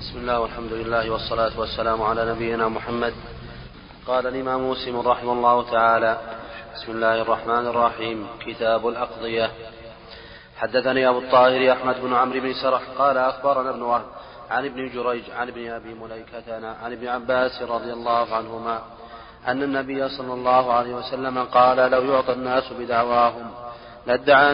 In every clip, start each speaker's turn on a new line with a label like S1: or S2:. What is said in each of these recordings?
S1: بسم الله والحمد لله والصلاة والسلام على نبينا محمد. قال الإمام مسلم رحمه الله تعالى: بسم الله الرحمن الرحيم. كتاب الأقضية. حدثني أبو الطاهر أحمد بن عمرو بن سرح قال أخبرنا ابن وهب عن ابن جريج عن ابن أبي مليكة عن ابن عباس رضي الله عنهما أن النبي صلى الله عليه وسلم قال: لو يعطى الناس بدعواهم لادعى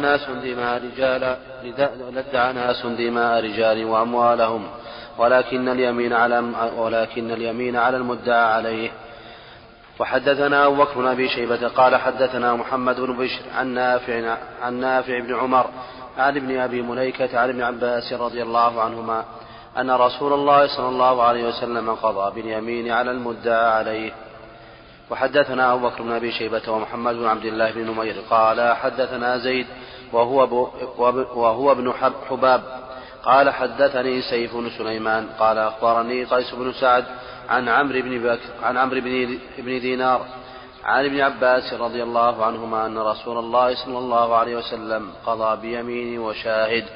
S1: ناس دماء رجال وأموالهم، ولكن اليمين على المدعى عليه. وحدثنا أبو بكر بن أبي شيبة قال حدثنا محمد بن بشر عن نافع بن عمر عن ابن أبي مليكة عن ابن عباس رضي الله عنهما أن رسول الله صلى الله عليه وسلم قضى باليمين على المدعى عليه. وحدثنا أبو بكر بن أبي شيبة ومحمد بن عبد الله بن نمير قال حدثنا زيد وهو ابن حباب قال حدثني سيف بن سليمان قال أخبرني قيس بن سعد عن عمرو بن دينار عن ابن عباس رضي الله عنهما أن رسول الله صلى الله عليه وسلم قضى بيمين وشاهد.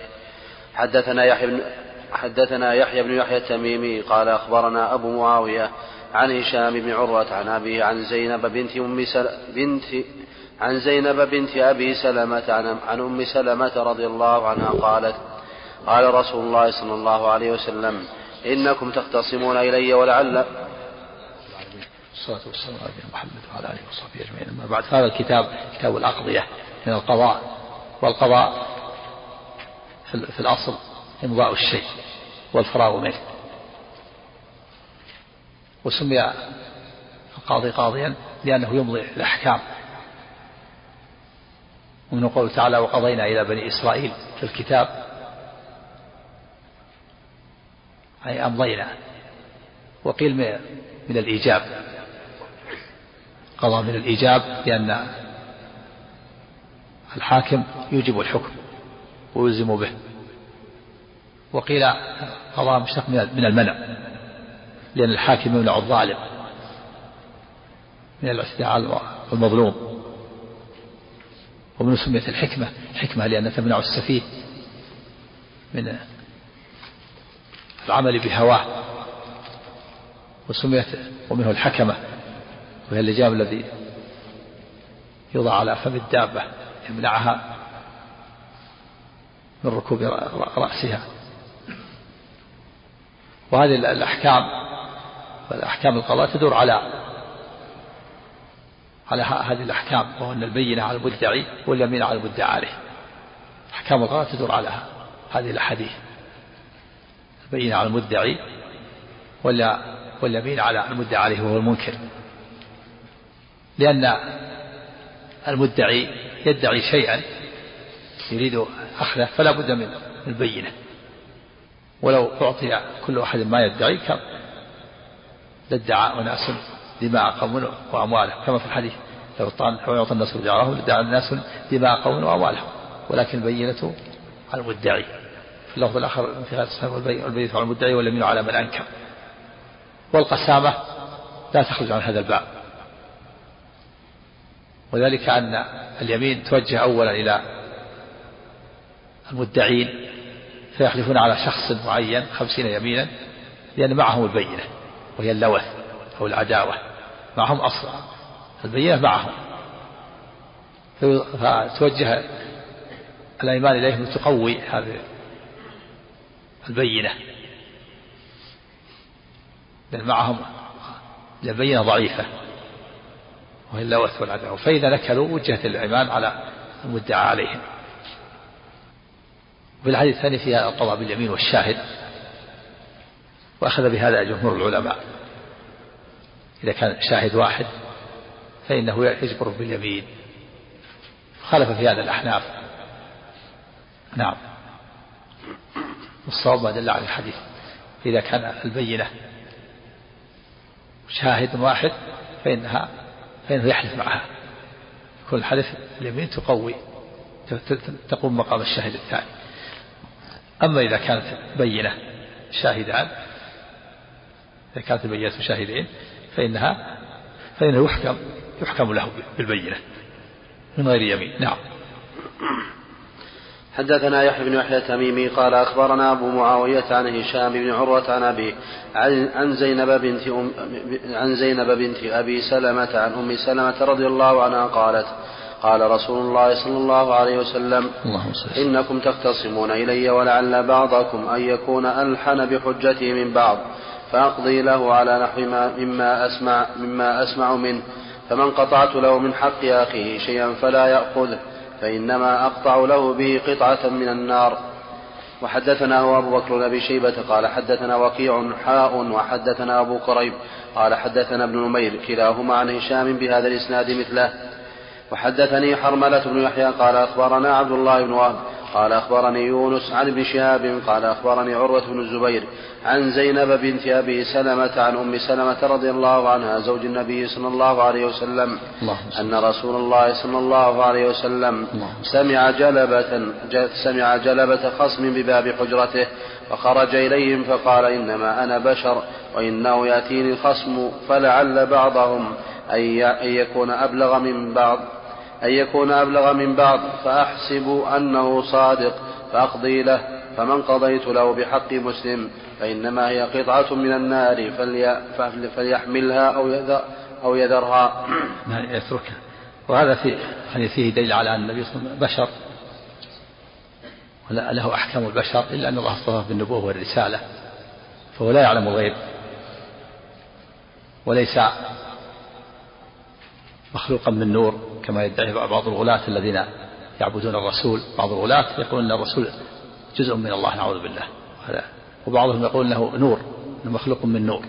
S1: حدثنا يحيى بن يحيى التميمي قال أخبرنا أبو معاوية عن هشام بن عروة عن أبيه عن زينب بنت أبي سلمة عن أم سلمة رضي الله عنها قالت: قال رسول الله صلى الله عليه وسلم: إنكم تختصمون إلي ولعل
S2: الصلاة والسلام على محمد وعلى آله وصحبه أجمعين. أما بعد، هذا الكتاب كتاب الأقضية من القضاء، والقضاء في الأصل إمضاء الشيء والفراغ منه. وسمي القاضي قاضيا لأنه يمضي الأحكام، ومن قوله تعالى: وقضينا إلى بني إسرائيل في الكتاب، أي أمضينا. وقيل من الإيجاب، قضى من الإيجاب لأن الحاكم يوجب الحكم ويلزم به. وقيل قضى مشتق من المنع، لأن الحاكم يمنع الظالم من الاعتداء على المظلوم. ومن سميت الحكمة لأن تمنع السفيه من العمل بهواه. ومنه الحكمة، وهي اللجام الذي يوضع على فم الدابة يمنعها من ركوب رأسها. وهذه الأحكام القضاء تدور على هذه الأحكام، وأن البينة على المدعي واليمين على المدعى عليه. أحكام القضاء تدور على هذه الأحاديث: البينة على المدعي واليمين على المدعى عليه وهو المنكر. لأن المدعي يدعي شيئا يريد أخذه، فلا بد من البينة. ولو أعطي كل واحد ما يدعي كان لادعى أناس دماء قوم وأموالهم، كما في الحديث: لو يعطى الناس بدعواهم لادعى الناس دماء قوم وأموالهم، ولكن البينة على المدعي. في اللفظ الآخر في هذا الصحيح: والبينة على المدعي واليمين على من أنكر. والقسامة لا تخرج عن هذا الباب، وذلك أن اليمين توجه أولا إلى المدعين، فيحلفون على شخص معين 50 يمينا، لأن معهم البينة وهي اللوث أو العداوة، معهم أصلا البينة معهم، فتوجه الأيمان إليهم لتقوي هذه البينة، لأن معهم البينة ضعيفة وهي اللوث والعداوة. فإذا نكلوا وجهت الأيمان على المدعى عليهم. وفي الحديث الثاني فيها القضاء باليمين والشاهد، وأخذ بهذا جمهور العلماء. إذا كان شاهد واحد فإنه يجبر باليمين، خالف في هذا الأحناف. نعم. والصواب ما دل على الحديث: إذا كان البينة شاهد واحد فإنه يحلف معها، يكون الحلف اليمين تقوي تقوم مقام الشاهد الثاني. أما إذا كانت بينة شاهدان، إذا كانت البينة شاهدين فإنه يحكم له بالبينة من غير يمين. نعم.
S1: حدثنا يحيى بن يحيى التميمي قال أخبرنا أبو معاوية عن هشام بن عروة عن أبيه عن زينب بنت أبي سلمة عن أم سلمة رضي الله عنها قالت قال رسول الله صلى الله عليه وسلم إنكم تختصمون إلي ولعل بعضكم أن يكون ألحن بحجته من بعض فأقضي له على نحو مما أسمع منه فمن قطعت له من حق أخيه شيئا فلا يأخذه فإنما أقطع له به قطعة من النار. وحدثنا أبو بكر بن أبي شيبة قال حدثنا وكيع وحدثنا أبو كريب قال حدثنا ابن نمير كلاهما عن هشام بهذا الإسناد مثله. وحدثني حرملة بن يحيى قال أخبرنا عبد الله بن وهب قال أخبرني يونس عن ابن شهاب قال أخبرني عروة بن الزبير عن زينب بنت أبي سلمة عن أم سلمة رضي الله عنها زوج النبي صلى الله عليه وسلم أن رسول الله صلى الله عليه وسلم سمع جلبة خصم بباب حجرته فخرج إليهم فقال إنما أنا بشر وإنه يأتيني الخصم فلعل بعضهم أن يكون أبلغ من بعض فأحسب أنه صادق فأقضي له فمن قضيت له بحق مسلم فإنما هي قطعة من النار فليحملها أو يذرها.
S2: يتركها. وهذا فيه دليل على أن النبي صلى الله عليه وسلم بشر ولا له أحكام البشر إلا أن الله اصطفاه بالنبوة والرسالة فهو لا يعلم الغيب وليس مخلوقا من نور كما يدعي بعض الغلاة الذين يعبدون الرسول. بعض الغلاة يقول أن الرسول جزء من الله نعوذ بالله وبعضهم يقول أنه نور أنه مخلوق من نور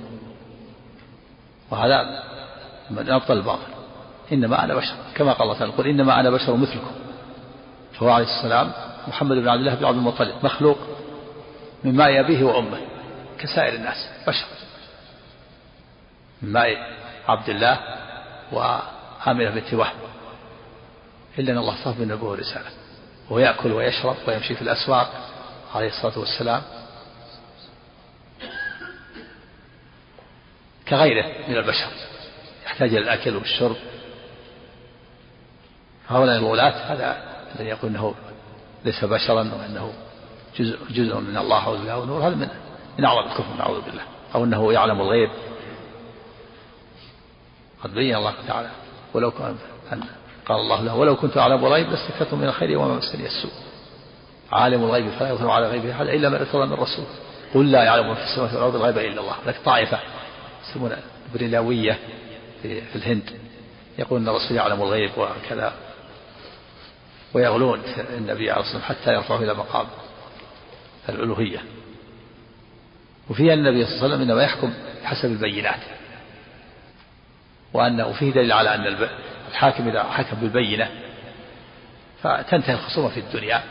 S2: وهذا من أبطل الباطل. إنما أنا بشر كما قال الله تعالى قل إنما أنا بشر مثلكم. فهو عليه السلام محمد بن عبد الله بن عبد المطلب مخلوق من ماء أبيه وأمه كسائر الناس بشر من ماء عبد الله وآمنة بنت وهب إلا أن الله اصطفاه بالنبوة والرسالة وهو يأكل ويشرب ويمشي في الأسواق عليه الصلاة والسلام كغيره من البشر يحتاج إلى الأكل والشرب. هؤلاء الغلاة هذا الذي يقول أنه ليس بشرا وأنه جزء من الله أعوذ بالله ونور هذا من أعظم الكفر نعوذ بالله أو أنه يعلم الغيب. قد بين الله تعالى ولو كان قال الله له ولو كنت أعلم الغيب لاستكثرت من الخير وما مسني السوء. عالم الغيب فلا يظهر على غيبه أحد إلا من ارتضى من الرسول قل لا يعلم في السماوات والأرض الغيب إلا الله. لك طائفة يسمونها بريلاوية في الهند يقول أن الرسول يعلم الغيب وكذا ويغلون في النبي عليه الصلاة والسلام حتى يرفعه إلى مقام الألوهية. وفيها النبي صلى الله عليه وسلم إنما يحكم حسب البينات وأنه فيه دليل على أن الحاكم إذا حكم بالبينة فتنتهي الخصومة في الدنيا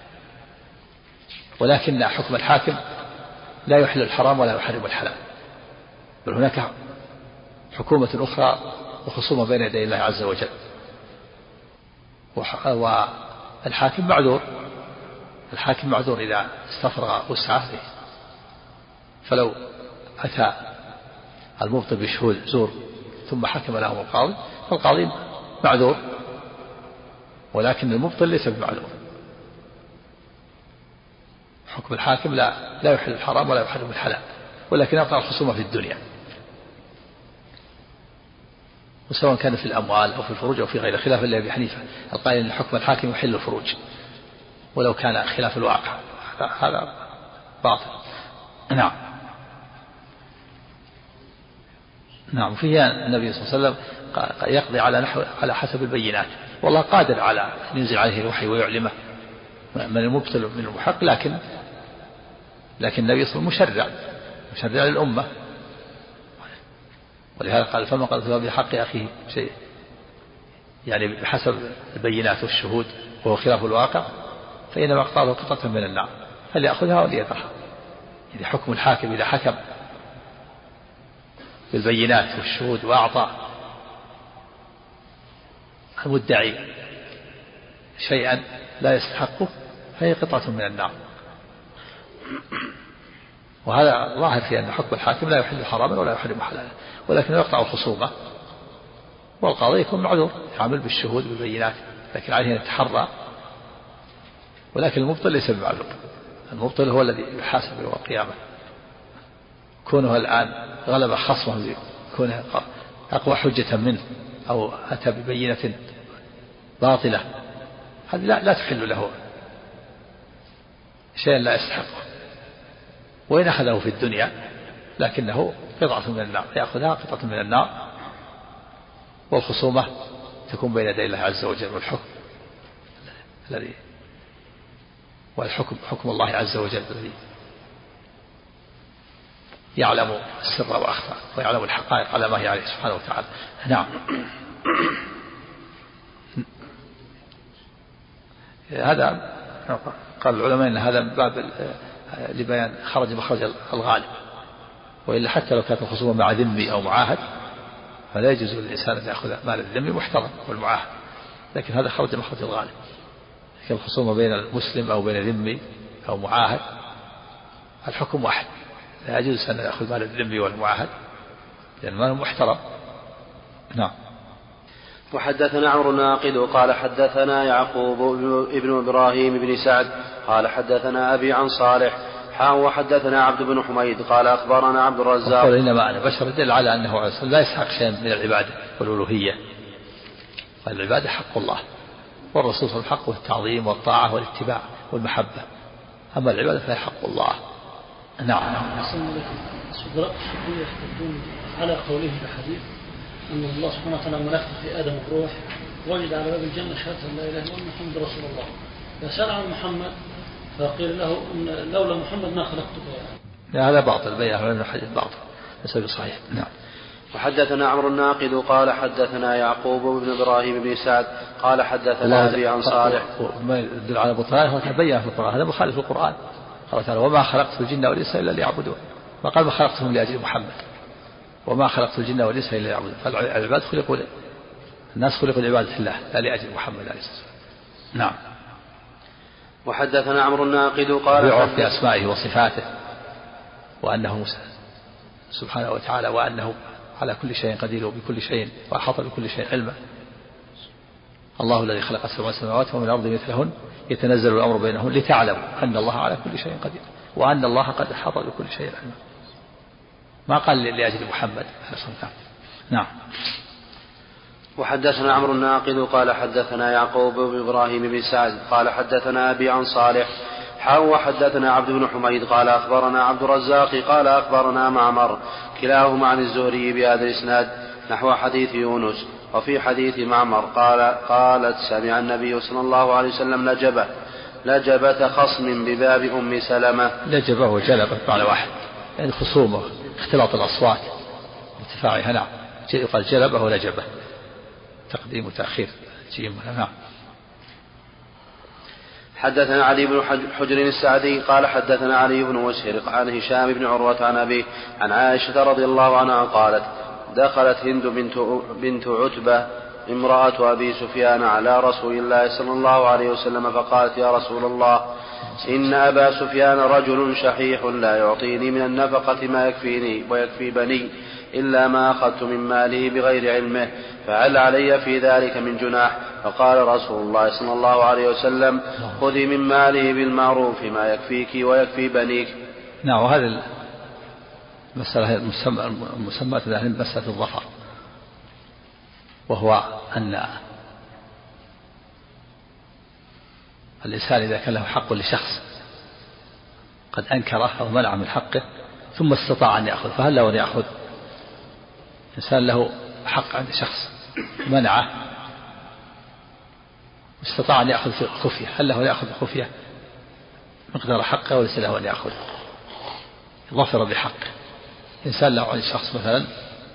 S2: ولكن حكم الحاكم لا يحل الحرام ولا يحرم الحلال بل هناك حكومة أخرى وخصومة بين يدي الله عز وجل. والحاكم معذور إذا استفرغ وسعه فلو أتى المبطل بشهود زور ثم حكم لهم القاضي فالقاضي معذور ولكن المبطل ليس بمعذور. حكم الحاكم لا يحل الحرام ولا يحرم الحلال ولكن يقطع الخصومة في الدنيا وسواء كان في الأموال أو في الفروج أو في غيره خلاف لأبي حنيفة القائل أن حكم الحاكم يحل الفروج ولو كان خلاف الواقع هذا باطل. نعم فيها النبي صلى الله عليه وسلم يقضي على حسب البينات والله قادر على أن ينزل عليه الوحي ويعلمه من المبطل من المحق لكن النبي صلى الله عليه وسلم مشرع للأمة ولهذا قال فمن قضى بحق أخيه شيء يعني بحسب البينات والشهود وهو خلاف الواقع فإنما أقطع له قطعة من النار فليأخذها وليذرها. يعني حكم الحاكم إذا حكم بالبينات والشهود وأعطى المدعي شيئا لا يستحقه فهي قطعة من النار. وهذا ظاهر في أن حكم الحاكم لا يحل حراما ولا يحرم حلالا ولكن يقطع الخصومة والقاضي يكون معذور يعمل بالشهود بالبينات لكن عليه أن يتحرى ولكن المبطل ليس بمعذور. المبطل هو الذي يحاسب يوم القيامة. كونه الآن غلب خصمه كونه أقوى حجة منه أو أتى ببينة باطلة، هذه لا تحل له شيئا لا يستحقه، وإن أخذه في الدنيا لكنه قطعة من النار، يأخذها قطعة من النار. والخصومة تكون بين يدي الله عز وجل، والحكم حكم الله عز وجل الذي يعلم السر وأخفى ويعلم الحقائق على ما هي عليه سبحانه وتعالى. نعم. هذا قال العلماء أن هذا باب لبيان خرج مخرج الغالب، وإلا حتى لو كانت الخصومة مع ذمي أو معاهد فلا يجوز للإنسان أن يأخذ مال الذمي محترم والمعاهد، لكن هذا خرج مخرج الغالب. لكن الخصومة بين المسلم أو بين ذمي أو معاهد الحكم واحد، لا يجوز أن يأخذ مال الذمي والمعاهد لأن ماله محترم. نعم.
S1: وحدثنا عمرو الناقد قال حدثنا يعقوب ابن إبراهيم بن سعد قال حدثنا أبي عن صالح وحدثنا عبد بن حميد قال أخبرنا عبد الرزاق.
S2: وقال إنما أنا بشر يدل على أنه لا يسحق شيئا من العبادة والألوهية، والعبادة حق الله، والرسول صلى الله عليه وسلم حقه التعظيم والطاعة والاتباع والمحبة، أما العبادة فهي حق الله. نعم.
S3: السفراء يحتجون على قوله في الحديث أن الله سبحانه وتعالى ملك في آدم الروح وجد على باب الجنة شهادة لا إله إلا الله محمد رسول الله، فسأل عن محمد فقيل له إن لولا محمد ما خلقتك.
S2: لا هذا باطل، بين أهل الحديث باطل ليس بصحيح. نعم.
S1: وحدثنا عمرو الناقد قال حدثنا يعقوب بن إبراهيم بن سعد قال حدثنا أبي عن صالح.
S2: ما يدل على بطلانه تبين في القرآن، هذا مخالف القرآن. قال تعالى وما خلقت الجن والإنس إلا ليعبدون، وقال ما خلقتهم لأجل محمد، وما خلقت الجن والإنس إلا ليعبدون. فالعباد خلقوا، الناس خلقوا لعبادة الله لا لأجل محمد عليه الصلاة والسلام. نعم.
S1: وحدثنا عمرو الناقد قال
S2: يعرف بأسمائه وصفاته وأنه سبحانه وتعالى وأنه على كل شيء قدير وبكل شيء وأحاط بكل شيء علما. الله الذي خلق السبع سماوات ومن الأرض مثلهن يتنزل الأمر بينهن لتعلموا أن الله على كل شيء قدير وأن الله قد أحاط بكل شيء علما. ما قال لأجل محمد. نعم.
S1: وحدثنا عمرو الناقد قال حدثنا يعقوب بن إبراهيم بن سعد قال حدثنا أبي عن صالح وحدثنا عبد بن حميد قال أخبرنا عبد الرزاق قال أخبرنا معمر كلاهما عن الزهري بهذا الإسناد نحو حديث يونس. وفي حديث معمر قالت سمع النبي صلى الله عليه وسلم لجبة خصم بباب أم سلمة.
S2: لجبة وجلبة معنى واحد، يعني خصومه اختلاط الأصوات ارتفاعها. نعم. يقال جلبة ولجبة، تقديم وتأخير جيم. نعم.
S1: حدثنا علي بن حجر السعدي قال حدثنا علي بن مسهر عن هشام بن عروة عن أبيه عن عائشة رضي الله عنها قالت دخلت هند بنت عتبة امرأة أبي سفيان على رسول الله صلى الله عليه وسلم فقالت يا رسول الله إن أبا سفيان رجل شحيح لا يعطيني من النفقة ما يكفيني ويكفي بني إلا ما أخذت من ماله بغير علمه، فهل علي في ذلك من جناح؟ فقال رسول الله صلى الله عليه وسلم خذي من ماله بالمعروف ما يكفيك ويكفي بنيك.
S2: نعم. وهذه المسألة المسمى مسألة الظفر، وهو أن الإنسان إذا كان له حق لشخص قد أنكره أو منع من حقه ثم استطاع أن يأخذ، فهل له أن يأخذ؟ إنسان له حق عند شخص منعه استطاع أن يأخذ في خفية، هل له أن يأخذ خفية مقدار حقه وليس له أن يأخذ؟ ظفر بحقه. إنسان له عند شخص مثلا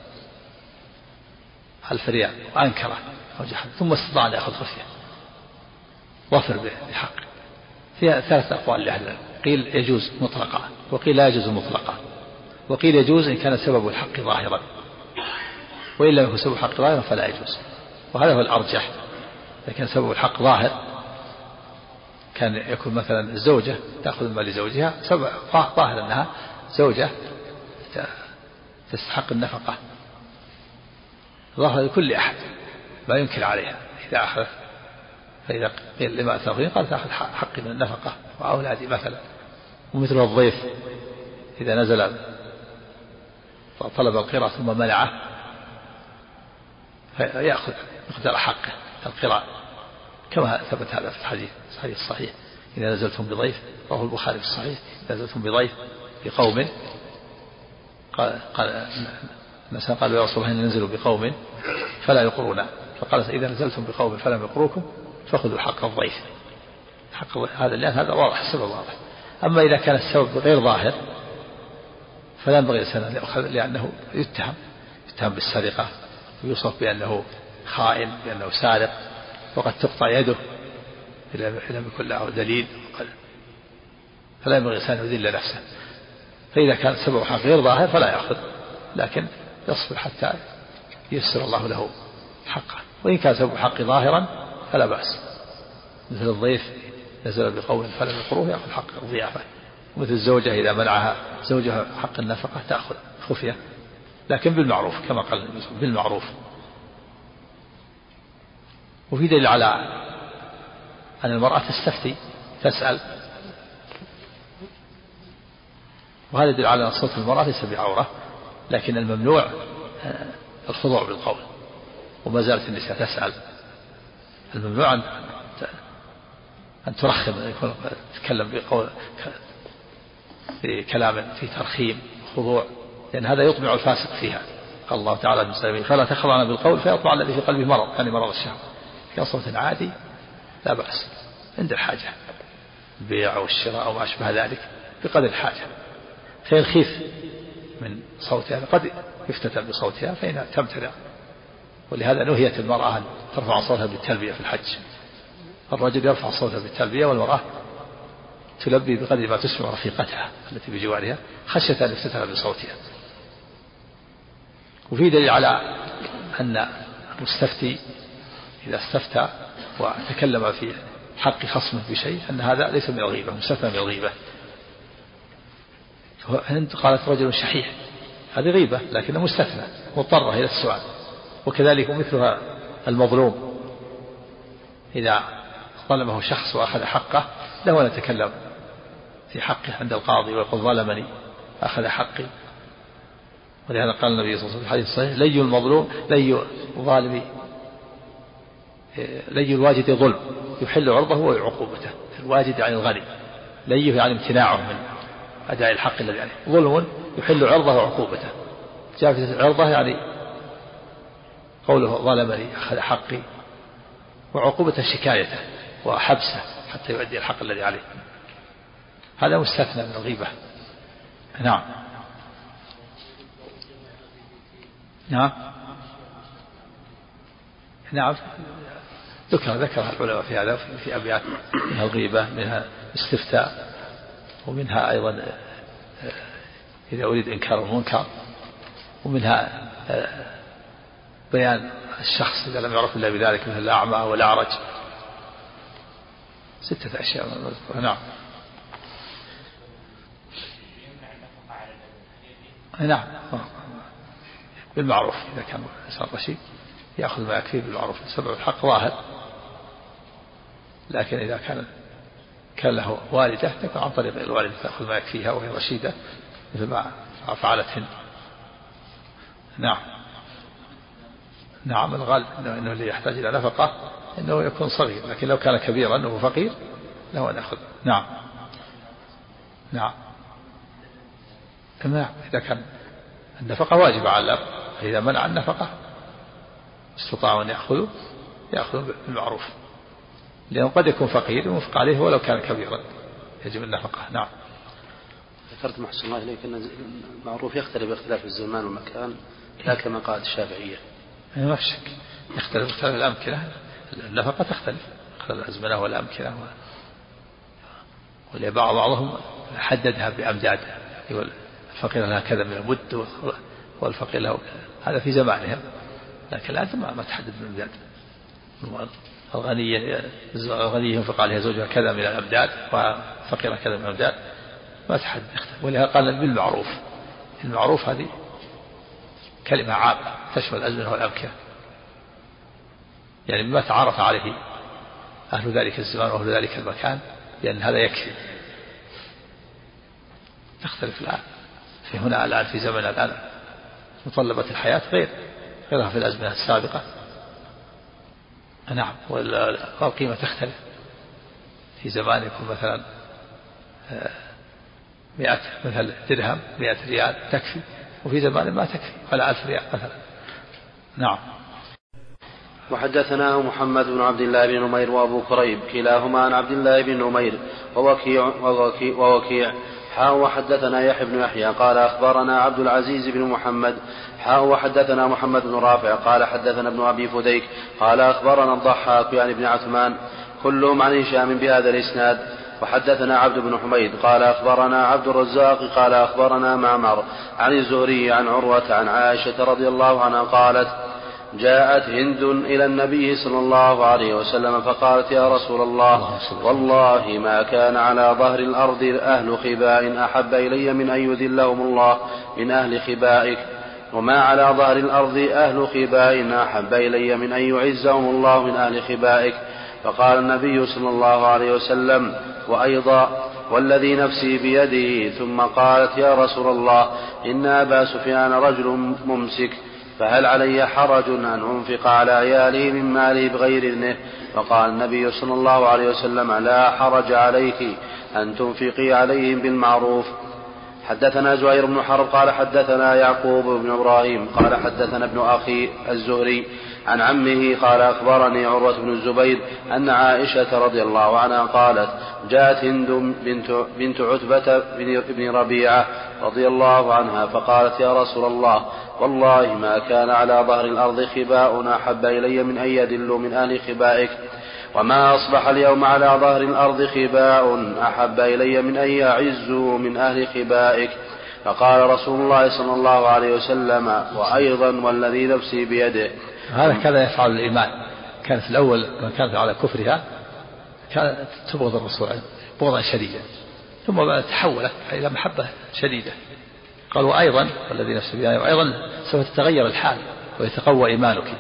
S2: 1000 ريال وأنكره أو جحد ثم استطاع أن يأخذ خفية، ظفر بحقه. فيها 3 أقوال لأهل العلم، قيل يجوز مطلقا، وقيل لا يجوز مطلقا، وقيل يجوز إن كان سبب الحق ظاهرا، وإن لم يكن سبب الحق ظاهرا فلا يجوز، وهذا هو الأرجح. لكن سبب الحق ظاهر كان يكون مثلا الزوجة تأخذ من مال زوجها، سبب ظاهر أنها زوجة تستحق النفقة، ظاهر لكل أحد ما ينكر عليها إذا أخذت فإذا قيل لما الآخرين قال تأخذ حقي من النفقة وأولادي مثلا. ومثل الضيف إذا نزل طلب القراءة ثم منعه فيأخذ مقدار حقه القراءة، كما ثبت هذا في الحديث الصحيح إذا نزلتم بضيف، رواه البخاري في الصحيح، إذا نزلتم بضيف بقوم قال الناس قالوا يا رسول الله إن ننزل بقوم فلا يقرونا، فقال إذا نزلتم بقوم فلم يقروكم فخذوا حق الضيف، حق هذا، لأن هذا واضح، السبب واضح. أما إذا كان السبب غير ظاهر فلا ينبغي الإنسان أن يأخذ، لأنه يتهم بالسرقة ويوصف بأنه خائن، بأنه سارق، وقد تقطع يده إذا لم يكن له دليل، فلا ينبغي الإنسان أن يذل نفسه. فإذا كان سبب حق غير ظاهر فلا يأخذ، لكن يصبر حتى ييسر الله له حقه. وإن كان سبب حق ظاهرا فلا بأس، مثل الضيف نزل بقوم فلم يقروه يأخذ حق الضيافة، ومثل الزوجة إذا منعها زوجها حق النفقة تأخذ خفية، لكن بالمعروف كما قال بالمعروف. وفي دليل على أن المرأة تستفتي تسأل، وهذا يدل على أن صوت المرأة ليس بعورة، لكن الممنوع الخضوع بالقول، وما زالت النساء تسأل. الممنوع أن ترخم، يكون تتكلم بكلام في ترخيم خضوع، لأن هذا يطمع الفاسق فيها. قال الله تعالى للمسلمين فلا تخضعن بالقول فيطمع الذي في قلبه مرض، يعني مرض الشهوة. كان صوت عادي لا بأس عند الحاجة، البيع أو الشراء أو ما أشبه ذلك بقدر الحاجة. فإن خيف من صوتها قد يفتتن بصوتها فإنها تمتنع، ولهذا نهيت المرأة أن ترفع صوتها بالتلبية في الحج. الرجل يرفع صوته بالتلبية، والمرأة تلبي بقدر ما تسمع رفيقتها التي بجوارها خشية أن يفتتن بصوتها. وفي دليل على أن المستفتي إذا استفتى وتكلم في حق خصمه بشيء أن هذا ليس من الغيبة، مستثنى من الغيبة. هند قالت رجل شحيح، هذه غيبة لكنه مستثنى مضطرة إلى السؤال. وكذلك مثلها المظلوم إذا ظلمه شخص وأخذ حقه له أن يتكلم في حقه عند القاضي ويقول ظلمني أخذ حقي. ولهذا قال النبي صلى الله عليه وسلم في الحديث الصحيح لي المظلوم لي ظالمي لي الواجد ظلم يحل عرضه وعقوبته. الواجد يعني الغني، ليه يعني امتناعه من أداء الحق الذي عليه، ظلم يحل عرضه وعقوبته. جاء في عرضه يعني قوله ظلمني أخذ حقي، وعقوبته شكايته وحبسه حتى يؤدي الحق الذي عليه. هذا مستثنى من الغيبة. نعم نعم نعم ذكر العلماء في هذا في أبيات، منها الغيبة، منها الاستفتاء، ومنها أيضا إذا أريد إنكار المنكر، ومنها بيان الشخص إذا لم يعرف إلا بذلك مثل الأعمى والأعرج. 6 أشياء مذكورة. نعم نعم بالمعروف، إذا كان إنسان رشيد يأخذ ما يكفيه بالمعروف، سبب الحق ظاهر. لكن إذا كان له والدة تكون عن طريق الوالدة تأخذ ما يكفيها وهي رشيدة مثل ما فعلت هند. نعم نعم الغالب أنه اللي يحتاج إلى نفقة أنه يكون صغير، لكن لو كان كبيرا أنه فقير له أن يأخذ. نعم نعم إذا كان النفقة واجبة على الأب، إذا منع النفقة استطاعوا أن يأخذوا بالمعروف، لأنه قد يكون فقير وينفق عليه ولو كان كبيرا يجب النفقة. نعم.
S1: ذكرت محسن الله إليك أن المعروف يختلف باختلاف الزمان والمكان، لا كما قالت الشافعية.
S2: ما في شك يختلف باختلاف الأمكنة، النفقة تختلف باختلاف الأزمنة والأمكنة، بعضهم حددها بأمداد، الفقير لها كذا من المد والفقير له هذا في زمانهم، لكن الآن ما تحدد بالأمداد. الغني ينفق عليها زوجها كذا من الأمداد وفقيرة كذا من الأمداد، ما تحدد. ولهذا قال بالمعروف. المعروف هذه كلمة عامة تشمل الأزمنة والأمكنة، يعني مما تعارف عليه أهل ذلك الزمان وأهل ذلك المكان، لأن هذا يكفي. تختلف الآن في هنا الآن في زمننا الآن متطلبات الحياة غيرها في الأزمنة السابقة. نعم. والقيمة تختلف. في زمان يكون مثلا 100 مثل درهم 100 ريال تكفي، وفي زمان ما تكفي ولا 1000 ريال مثلا. نعم.
S1: وحدثناه محمد بن عبد الله بن نمير وأبو كريب كلاهما عن عبد الله بن نمير ووكيع وحدثنا يحيى بن يحيى قال أخبرنا عبد العزيز بن محمد وحدثنا محمد بن رافع قال حدثنا ابن أبي فديك قال أخبرنا الضحاك يعني بن عثمان كلهم عن هشام بهذا الإسناد. وحدثنا عبد بن حميد قال أخبرنا عبد الرزاق قال أخبرنا معمر عن الزهري عن عروة عن عائشة رضي الله عنها قالت جاءت هند إلى النبي صلى الله عليه وسلم فقالت يا رسول الله والله ما كان على ظهر الأرض أهل خباء أحب إلي من أن يذلهم الله من أهل خبائك، وما على ظهر الأرض أهل خباء أحب إلي من أن يعزهم الله من أهل خبائك. فقال النبي صلى الله عليه وسلم وأيضا والذي نفسي بيده، ثم قالت يا رسول الله إن أبا سفيان رجل ممسك، فهل علي حرج أن أنفق على عيالي من مالي بغير إذنه؟ فقال النبي صلى الله عليه وسلم لا حرج عليك أن تنفقي عليهم بالمعروف. حدثنا زهير بن حرب قال حدثنا يعقوب بن إبراهيم قال حدثنا ابن أخي الزهري عن عمه قال أخبرني عروة بن الزبير أن عائشة رضي الله عنها قالت جاءت هند بنت عتبة بن ربيعة رضي الله عنها فقالت يا رسول الله والله ما كان على ظهر الأرض خباء أحب إلي من أن يدلوا من أهل خبائك، وما أصبح اليوم على ظهر الأرض خباء أحب إلي من أن يعزوا من أهل خبائك. فقال رسول الله صلى الله عليه وسلم وأيضا والذي نفسي بيده.
S2: هذا كذا يفعل الإيمان. كانت الأول من كانت على كفرها كانت تبغض الرسول بغضا شديدا، ثم تحولت إلى محبة شديدة. قال وأيضا والذي نفسي بيده وأيضا سوف تتغير الحال ويتقوى إيمانك.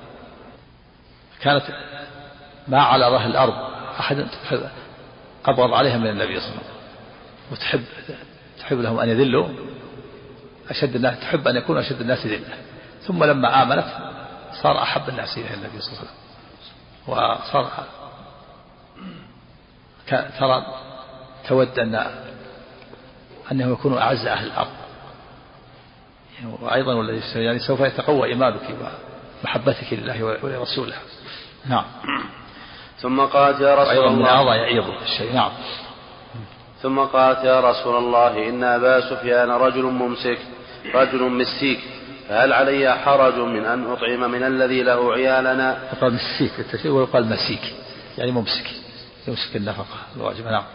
S2: كانت ما على ظهر الأرض أحد أبغض عليها من النبي صلى الله عليه وسلم، وتحب لهم أن يذلوا أشد الناس، تحب أن يكون أشد الناس ذلة. ثم لما آمنت صار أحب الناس إلى النبي صلى الله عليه وسلم، وصار ترى تود أنه يكون أعز أهل الأرض. وأيضا والذي يعني سوف يتقوى إيمانك ومحبتك لله ولرسوله. نعم.
S1: ثم قالت يا رسول الله
S2: من أعضى يعيض الشيء. نعم.
S1: ثم قالت يا رسول الله إن أبا سفيان رجل ممسك رجل مسيك، فهل علي حرج من أن أطعم من الذي له عيالنا؟
S2: يقال مسيك التشريع ويقال مسيك يعني ممسك، يمسك النفقة الواجبة. نعم.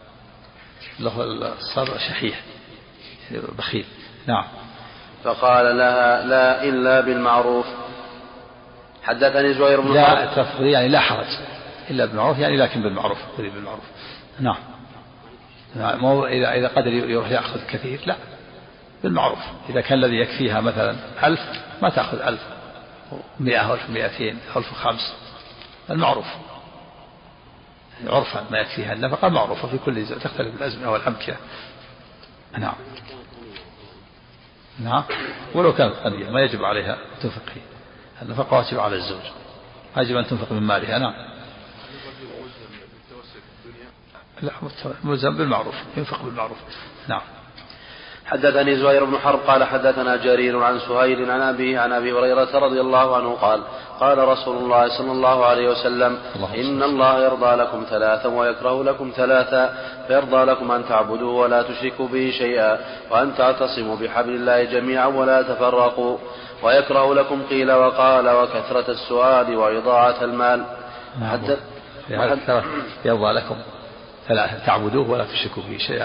S2: له صار شحيح بخيل. نعم.
S1: فقال لها لا إلا بالمعروف. حدثني زهير بن
S2: لا تفضل يعني لا حرج إلا بالمعروف يعني لكن بالمعروف بالمعروف. نعم. مو إذا قدر يروح يأخذ كثير، لا بالمعروف. إذا كان الذي يكفيها مثلا 1000 ما تأخذ 1000 100 ألف 200 ألف 5. المعروف عرفا ما يكفيها النفقة معروفة في كل زمن، تختلف الأزمنة والأمكنة. نعم. نعم. ولو كانت غنية ما يجب عليها تنفق فيه، النفقة واجب على الزوج، يجب أن تنفق من مالها. نعم. لا ملزم بالمعروف، ينفق بالمعروف. نعم.
S1: حدثني زهير بن حرب قال حدثنا جرير عن سهيل عن أبي هريرة رضي الله عنه قال قال رسول الله صلى الله عليه وسلم إن الله يرضى لكم 3 ويكره لكم 3، فيرضى لكم أن تعبدوا ولا تشركوا به شيئا، وأن تعتصموا بحبل الله جميعا ولا تفرقوا، ويكره لكم قيل وقال وكثرة السؤال وإضاعة المال.
S2: يرضى لكم 3 تعبدوه ولا تشركوا به شيئا،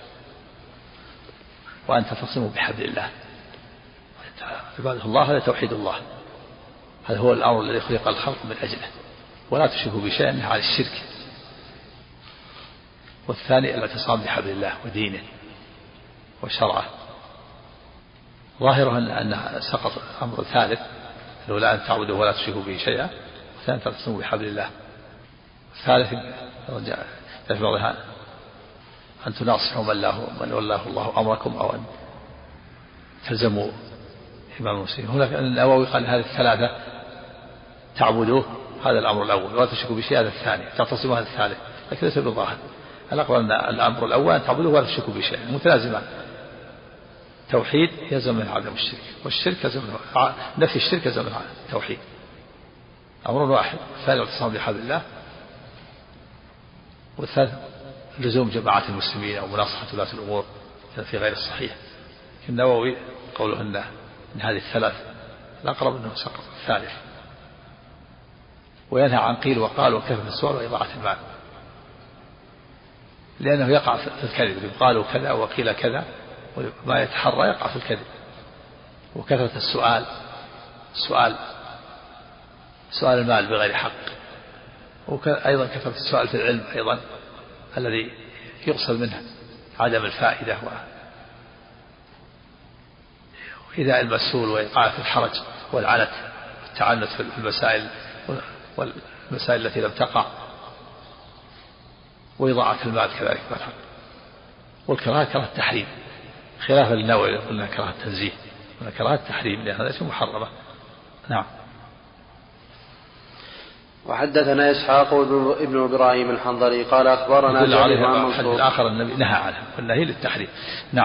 S2: وأن تتصموا بحبل الله. عبادة الله هذا توحيد الله، هذا هو الأمر الذي خلق الخلق من أجله، ولا تشركوا بشيء على الشرك. والثاني الاعتصام بحبل الله ودينه وشرعه. ظاهره أن سقط أمر ثالث لولا أن تعبدوا ولا تشركوا به شيئا، وثاني تتصموا بحبل الله. ثالث في بعضها أن تناصحوا من والله الله أمركم، أو أن تلزموا إمام المسلمين. هناك النووي قال هذه الثلاثة تعبدوه، هذا الأمر الأول، ولا تشركوا بشيء هذا الثاني، تعتصموا هذا الثالث، لكن ليس بالظاهر. الأقرب أن الأمر الأول أن تعبدوه ولا تشركوا بشيء، متلازمان. توحيد يلزم من عدم الشرك، والشرك يلزم نفي الشرك يلزم من التوحيد، أمر واحد. الثاني الاعتصام بحبل الله، والثالث لزوم جماعة المسلمين أو مناصحة ولاة الأمور في غير الصحيح. النووي قوله أن هذه الثلاث الأقرب أنه سقط الثالث، وينهى عن قيل وقال وكثرة السؤال وإضاعة المال، لأنه يقع في الكذب، قالوا كذا وقيل كذا، وما يتحرى يقع في الكذب. وكثرة السؤال، سؤال المال بغير حق، وأيضا كثرة السؤال في العلم أيضا الذي يقصد منه عدم الفائدة وإيذاء المسؤول وإيقاع في الحرج والعنت والتعنت في المسائل والمسائل التي لم تقع، وإضاعة المال كذلك بالحق. والكراهة كراهة التحريم، خلافا للنووي قلنا كراهة التنزيه، كراهة التحريم لأن هذا شيء محرمة. نعم.
S1: وحدثنا إسحاق ابن إبراهيم الحنظلي قال أخبرنا جرير عن منصور.
S2: الآخر النبي نهى عنه والنهي للتحريم. نعم.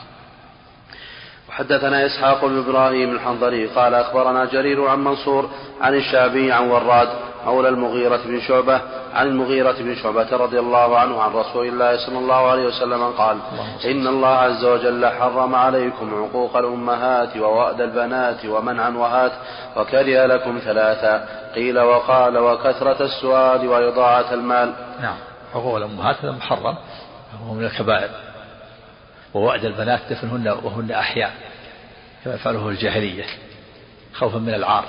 S1: وحدثنا إسحاق بن إبراهيم الحنظلي قال أخبرنا جرير عن منصور عن الشعبي عن وراد مولى المغيرة بن شعبة عن المغيرة بن شعبة رضي الله عنه عن رسول الله صلى الله عليه وسلم قال: إن الله عز وجل حرم عليكم عقوق الأمهات ووأد البنات ومنعا وهات، وكره لكم ثلاثا قيل وقال وكثرة السؤال وإضاعة المال.
S2: نعم. عقوق الأمهات هذا محرم وهو من الكبائر، ووأد البنات دفنهن وهن أحياء كما يفعله الجاهلية خوفا من العار،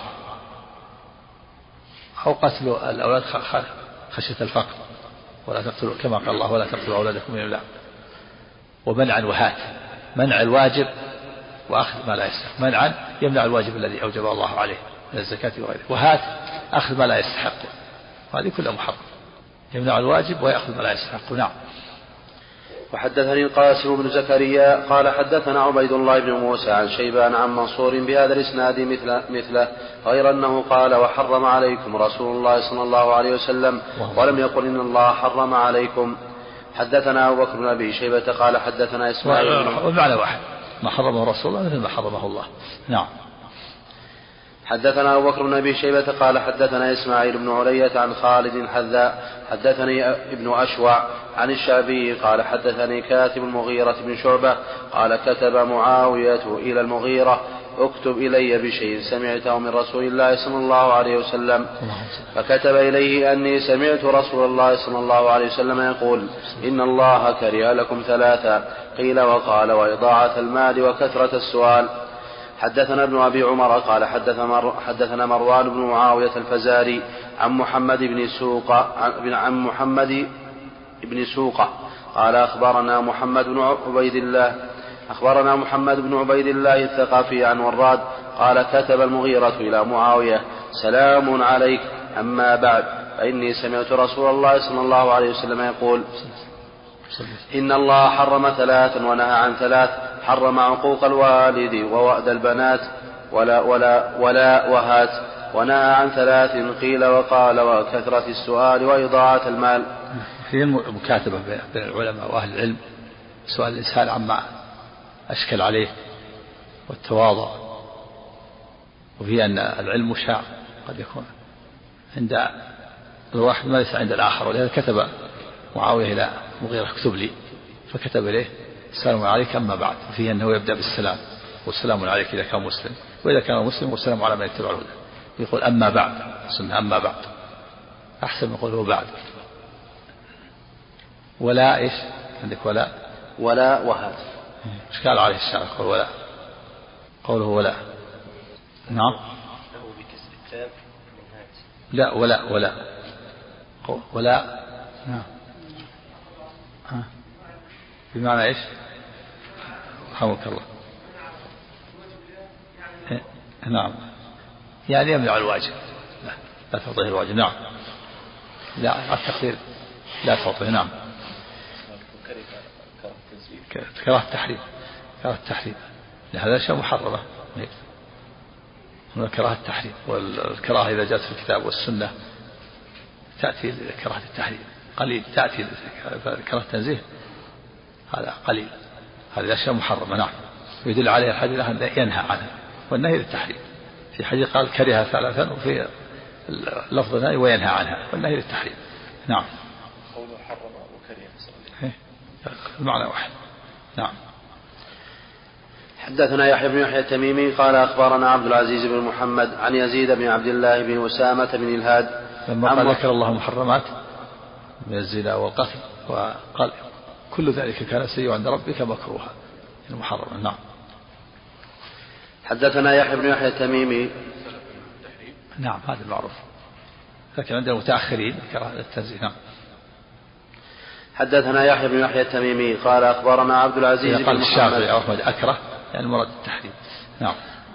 S2: أو قتل الأولاد خشية الفقر، ولا تقتلوا كما قال الله ولا تقتلوا أولادكم من إملاق. ومنعا وهات، منع الواجب وأخذ ما لا يستحق، منعا يمنع الواجب الذي أوجب الله عليه من الزكاة وغيره، وهات أخذ ما لا يستحق، وهذه كلها محرم، يمنع الواجب ويأخذ ما لا يستحق. نعم.
S1: وحدثني القاسم بن زكريا قال حدثنا عبيد الله بن موسى عن شيبان عن منصور بهذا الإسناد مثله غير أنه قال وحرم عليكم رسول الله صلى الله عليه وسلم، ولم يقل إن الله حرم عليكم. حدثنا أبو بكر بن أبي شيبة قال حدثنا إسماعيل
S2: ومعنى واحد، ما حرمه رسول الله مثل ما حرمه الله. نعم.
S1: حدثنا أبو بكر بن أبي شيبة قال حدثنا إسماعيل بن علية عن خالد حذاء حدثني ابن أشوع عن الشعبي قال حدثني كاتب المغيرة بن شعبة قال كتب معاوية إلى المغيرة اكتب إلي بشيء سمعته من رسول الله صلى الله عليه وسلم، فكتب إليه أني سمعت رسول الله صلى الله عليه وسلم يقول: إن الله كره لكم ثلاثا قيل وقال وإضاعة المال وكثرة السؤال. حدثنا ابن أبي عمر قال حدثنا مروان بن معاوية الفزاري عن محمد بن سوقة قال أخبرنا محمد بن عبيد الله الثقفي عن وراد قال كتب المغيرة إلى معاوية: سلام عليك، أما بعد، فإني سمعت رسول الله صلى الله عليه وسلم يقول: إن الله حرم ثلاثا ونهى عن ثلاث، حرم عقوق الوالد ووأد البنات ولا وهات، ونهى عن ثلاث قيل وقال وكثرة السؤال وإضاعة المال.
S2: في المكاتبة بين العلماء وأهل العلم، سؤال الإنسان عما أشكل عليه والتواضع، وفي أن العلم مشاع قد يكون عند الواحد ما ليس عند الآخر، ولهذا كتب معاوية إلى مغيرة اكتب لي، فكتب إليه: السلام عليك أما بعد، وفيه أنه يبدأ بالسلام، والسلام عليك إذا كان مسلم، وإذا كان مسلم والسلام على من يتبع الهدى. يقول أما بعد، سنة أما بعد، أحسن من يقول بعد. ولا إيش عندك؟ ولا
S1: وهات.
S2: إيش قال عليه الشارع؟ قول ولا، قوله ولا. نعم. لا ولا نعم. بمعنى إيش؟ رحمك الله. نعم، يعني يمنع الواجب، لا تعطيه الواجب. نعم. لا التقدير لا تعطيه. نعم. كراهة التحريم لهذا شيء محرمة. هنا كراهة التحريم، والكراهة إذا جاءت في الكتاب والسنة تأتي كراهة التحريم قليل، تأتي كراهة التنزيه هذا قليل، هذا أشياء محرمة. نعم. ويدل عليه الحديث أنه ينهى عنها، والنهي للتحريم. في حديث قال كره ثلاثا، وفي لفظ النهي وينهى عنها، والنهي للتحريم. نعم.
S4: قوله حرم وكره
S2: المعنى واحد. نعم.
S1: حدثنا يحيى بن يحيى التميمي قال أخبرنا عبد العزيز بن محمد عن يزيد بن عبد الله بن أسامة بن الهاد
S2: لما قال ذكر الله محرمات من الزنا والقتل، وقال كل ذلك كان سيئا عند ربك مكروها المحرم. نعم.
S1: حدثنا يحيى بن يحيى التميمي.
S2: نعم هذا المعروف، لكن عند المتأخرين كراهة التنزيه. نعم.
S1: حدثنا يحيى بن يحيى التميمي قال أخبرنا عبد العزيز بن محمد.
S2: قال الشافعي أحمد أكره يعني مراد التحريم. نعم.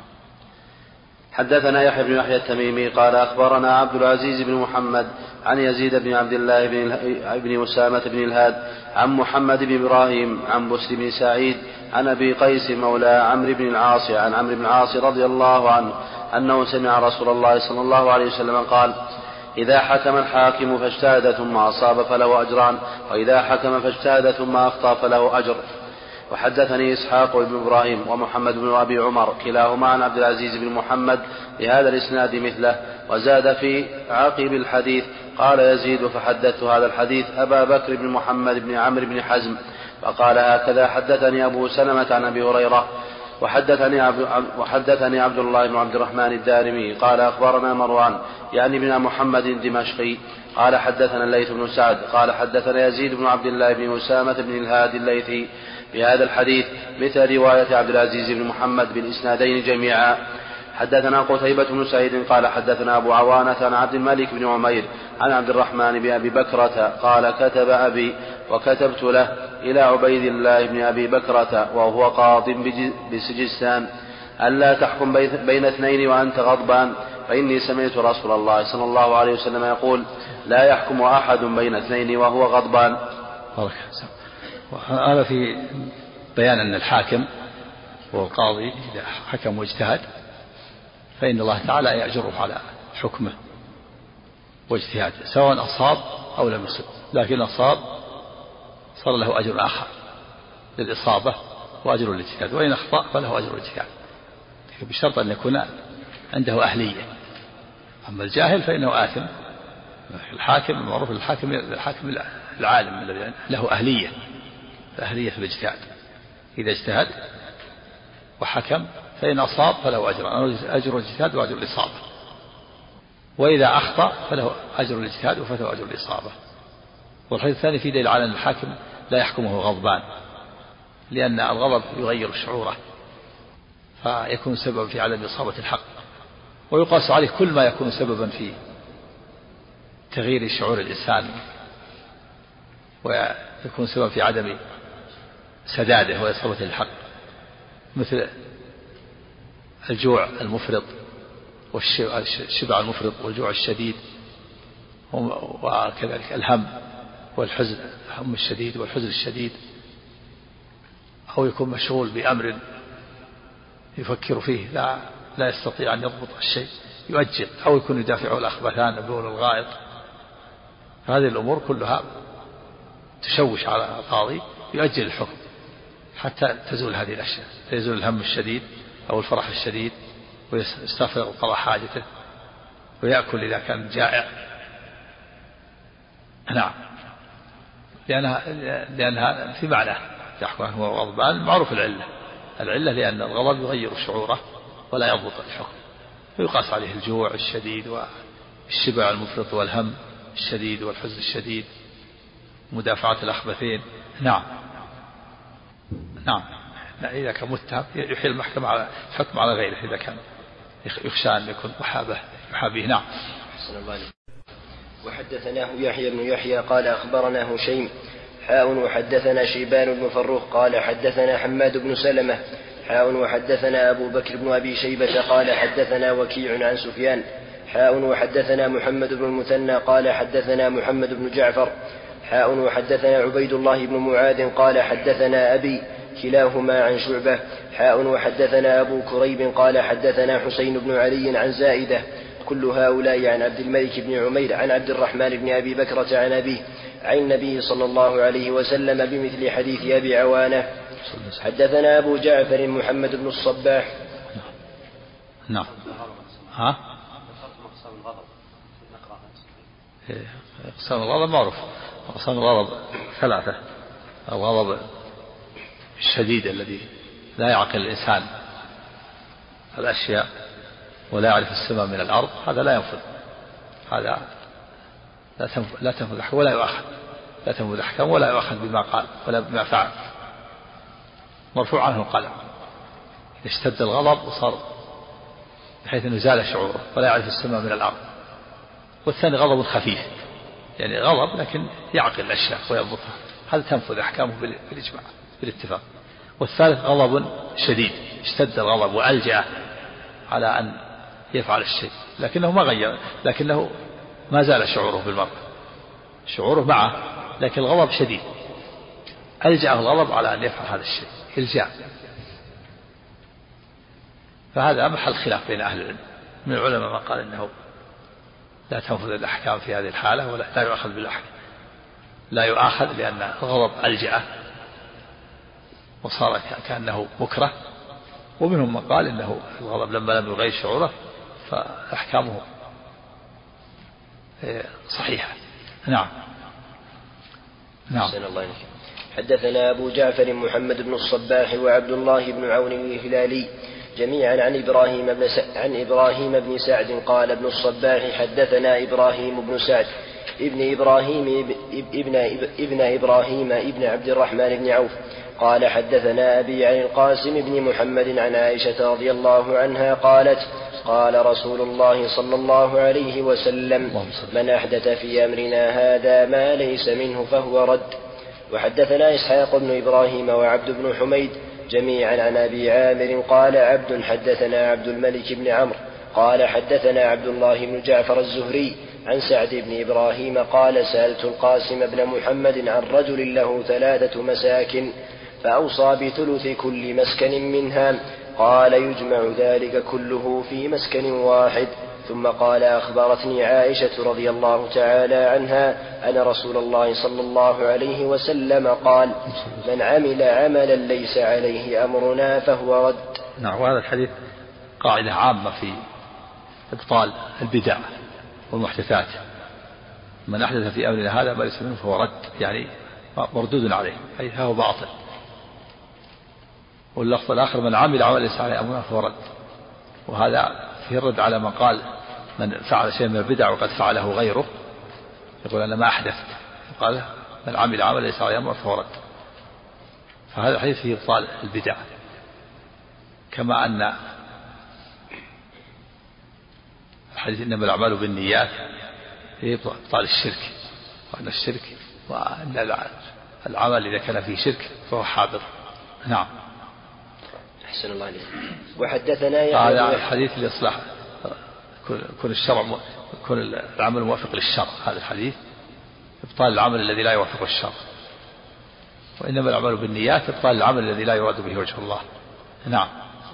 S1: حدثنا يحيى بن يحيى التميمي قال أخبرنا عبد العزيز بن محمد عن يزيد بن عبد الله بن أسامة بن الهاد عن محمد بن إبراهيم عن بسر بن سعيد عن أبي قيس مولى عمرو بن العاص عن عمرو بن العاص رضي الله عنه أنه سمع رسول الله صلى الله عليه وسلم قال: إذا حكم الحاكم فاجتهد ثم أصاب فله أجران، وإذا حكم فاجتهد ثم أخطأ فله أجر. وحدثني إسحاق بن إبراهيم ومحمد بن أبي عمر كلاهما عن عبد العزيز بن محمد بهذا الإسناد مثله، وزاد في عقب الحديث قال يزيد: فحدثت هذا الحديث أبا بكر بن محمد بن عمرو بن حزم، فقال: هكذا حدثني أبو سلمة عن أبي هريرة. وحدثني عبد الله بن عبد الرحمن الدارمي قال أخبرنا مروان يعني بن محمد الدمشقي قال حدثنا الليث بن سعد قال حدثنا يزيد بن عبد الله بن أسامة بن الهادي الليثي بهذا الحديث مثل رواية عبد العزيز بن محمد بالإسنادين جميعا. حدثنا قتيبة بن سعيد قال حدثنا أبو عوانة عن عبد الملك بن عمير عن عبد الرحمن بن أبي بكرة قال: كتب أبي وكتبت له إلى عبيد الله بن أبي بكرة وهو قاض بسجستان ألا تحكم بين اثنين وأنت غضبان، فإني سمعت رسول الله صلى الله عليه وسلم يقول: لا يحكم أحد بين اثنين وهو غضبان.
S2: هذا في بيان أن الحاكم والقاضي إذا حكم واجتهد فإن الله تعالى يأجره على حكمه واجتهاده، سواء أصاب أو لم يصب، لكن أصاب صار له أجر آخر للإصابة وأجر الاجتهاد، وإن أخطأ فله أجر الاجتهاد بشرط أن يكون عنده أهلية. أما الجاهل فإنه آثم. الحاكم المعروف الحاكم العالم الذي له أهلية في الاجتهاد، إذا اجتهد وحكم فإن أصاب فله أجر الاجتهاد وأجر الإصابة، وإذا أخطأ فله أجر الاجتهاد وفله أجر الإصابة. والحديث الثاني في دليل على أن الحاكم لا يحكمه غضبان، لأن الغضب يغير شعوره فيكون سببا في عدم إصابة الحق، ويقاس عليه كل ما يكون سببا في تغيير شعور الإنسان ويكون سببا في عدم سداده وإصابة الحق، مثل الجوع المفرط والشبع المفرط والجوع الشديد، وكذلك الهم والحزن، الهم الشديد والحزن الشديد، أو يكون مشغول بأمر يفكر فيه لا يستطيع أن يضبط الشيء يؤجل، أو يكون يدافعه الأخبثان بول الغائط. هذه الأمور كلها تشوش على القاضي، يؤجل الحكم حتى تزول هذه الأشياء، يزول الهم الشديد أو الفرح الشديد، ويستفرغ قضاء حاجته ويأكل إذا كان جائع. نعم، لأنها في معنى يحكم هو غضبان معروف العلة لأن الغضب يغير شعوره ولا يضبط الحكم، ويقاس عليه الجوع الشديد والشبع المفرط والهم الشديد والحزن الشديد، مدافعة الأخبثين. نعم إذا كان متهم يحيل المحكمة على حكم على غيره إذا كان يخشى أن يكون يحابيه. نعم.
S5: وحدثناه يحيى بن يحيى قال أخبرنا هشيم وحدثنا شيبان بن فروخ قال حدثنا حماد بن سلمة وحدثنا أبو بكر بن أبي شيبة قال حدثنا وكيع عن سفيان وحدثنا محمد بن المثنى قال حدثنا محمد بن جعفر وحدثنا عبيد الله بن معاذ قال حدثنا أبي كلاهما عن شعبة وحدثنا أبو كريب قال حدثنا حسين بن علي عن زائدة كل هؤلاء عن عبد الملك بن عمير عن عبد الرحمن بن أبي بكرة عن أبيه عن النبي صلى الله عليه وسلم بمثل حديث أبي عوانة. حدثنا أبو جعفر محمد بن الصباح.
S2: نعم. أقسام الغضب معروف. أقسام الغضب ثلاثة. الغضب الشديد الذي لا يعقل الإنسان الأشياء ولا يعرف السماء من الأرض، هذا لا ينفذ، هذا لا تنفذ أحكام ولا يؤخذ، لا تنفذ أحكام ولا يؤخذ بما قال ولا بما فعل، مرفوع عنه القلم. اشتد الغضب وصار بحيث أنه زال شعوره ولا يعرف السماء من الأرض. والثاني غضب خفيف، يعني غضب لكن يعقل الأشياء ويضبطها، هذا تنفذ أحكامه بالإجماع بالاتفاق. والثالث غضب شديد، اشتد الغضب وألجأ على أن يفعل الشيء لكنه ما غير، لكنه ما زال شعوره بالمرء، شعوره معه لكن الغضب شديد، ألجأه الغضب على أن يفعل هذا الشيء إلجاء. فهذا محل خلاف بين أهل العلم، من العلماء من قال إنه لا تنفذ الأحكام في هذه الحالة ولا لا يؤخذ بالأحكام، لا يؤاخذ لأن الغضب ألجأه وصار كأنه مكره. ومنهم من قال إنه الغضب لما لم يغير شعوره فأحكامه صحيحة. نعم.
S5: حدثنا أبو جعفر محمد بن الصباح وعبد الله بن عون الهلالي جميعا عن إبراهيم بن سعد قال ابن الصباح حدثنا إبراهيم بن سعد ابن إبراهيم ابن عبد الرحمن بن عوف قال حدثنا أبي عن القاسم بن محمد عن عائشة رضي الله عنها قالت قال رسول الله صلى الله عليه وسلم من أحدث في أمرنا هذا ما ليس منه فهو رد. وحدثنا إسحاق بن إبراهيم وعبد بن حميد جميعا عن أبي عامر قال عبد حدثنا عبد الملك بن عمرو قال حدثنا عبد الله بن جعفر الزهري عن سعد بن إبراهيم قال سألت القاسم بن محمد عن رجل له 3 مساكن فأوصى بثلث كل مسكن منها قال يجمع ذلك كله في مسكن واحد. ثم قال أخبرتني عائشة رضي الله تعالى عنها أن رسول الله صلى الله عليه وسلم قال من عمل عملا ليس عليه أمرنا فهو رد.
S2: نعم. وهذا الحديث قاعدة عامة في إبطال البدع والمحدثات، من أحدث في أمرنا هذا ما ليس منه فهو رد، يعني مردود عليه أي هو باطل. واللفظ الآخر من عمل عملا ليس عليه أمرنا فهو رد، وهذا فيه الرد على من قال من فعل شيء من البدع وقد فعله غيره يقول أنا ما أحدثت، قال من عمل عملا ليس عليه أمرنا فهو رد. فهذا الحديث فيه إبطال البدع، كما أن الحديث إنما الأعمال بالنيات فيه إبطال الشرك، وأن الشرك وأن العمل إذا كان فيه شرك فهو حاضر. نعم.
S5: أحسن الله عليك. وحدثنا
S2: هذا الحديث لإصلاح كل الشرع، كل العمل موافق للشرع، هذا الحديث إبطال العمل الذي لا يوافق الشرع، وإنما الأعمال بالنيات إبطال العمل الذي لا يراد به وجه الله. نعم.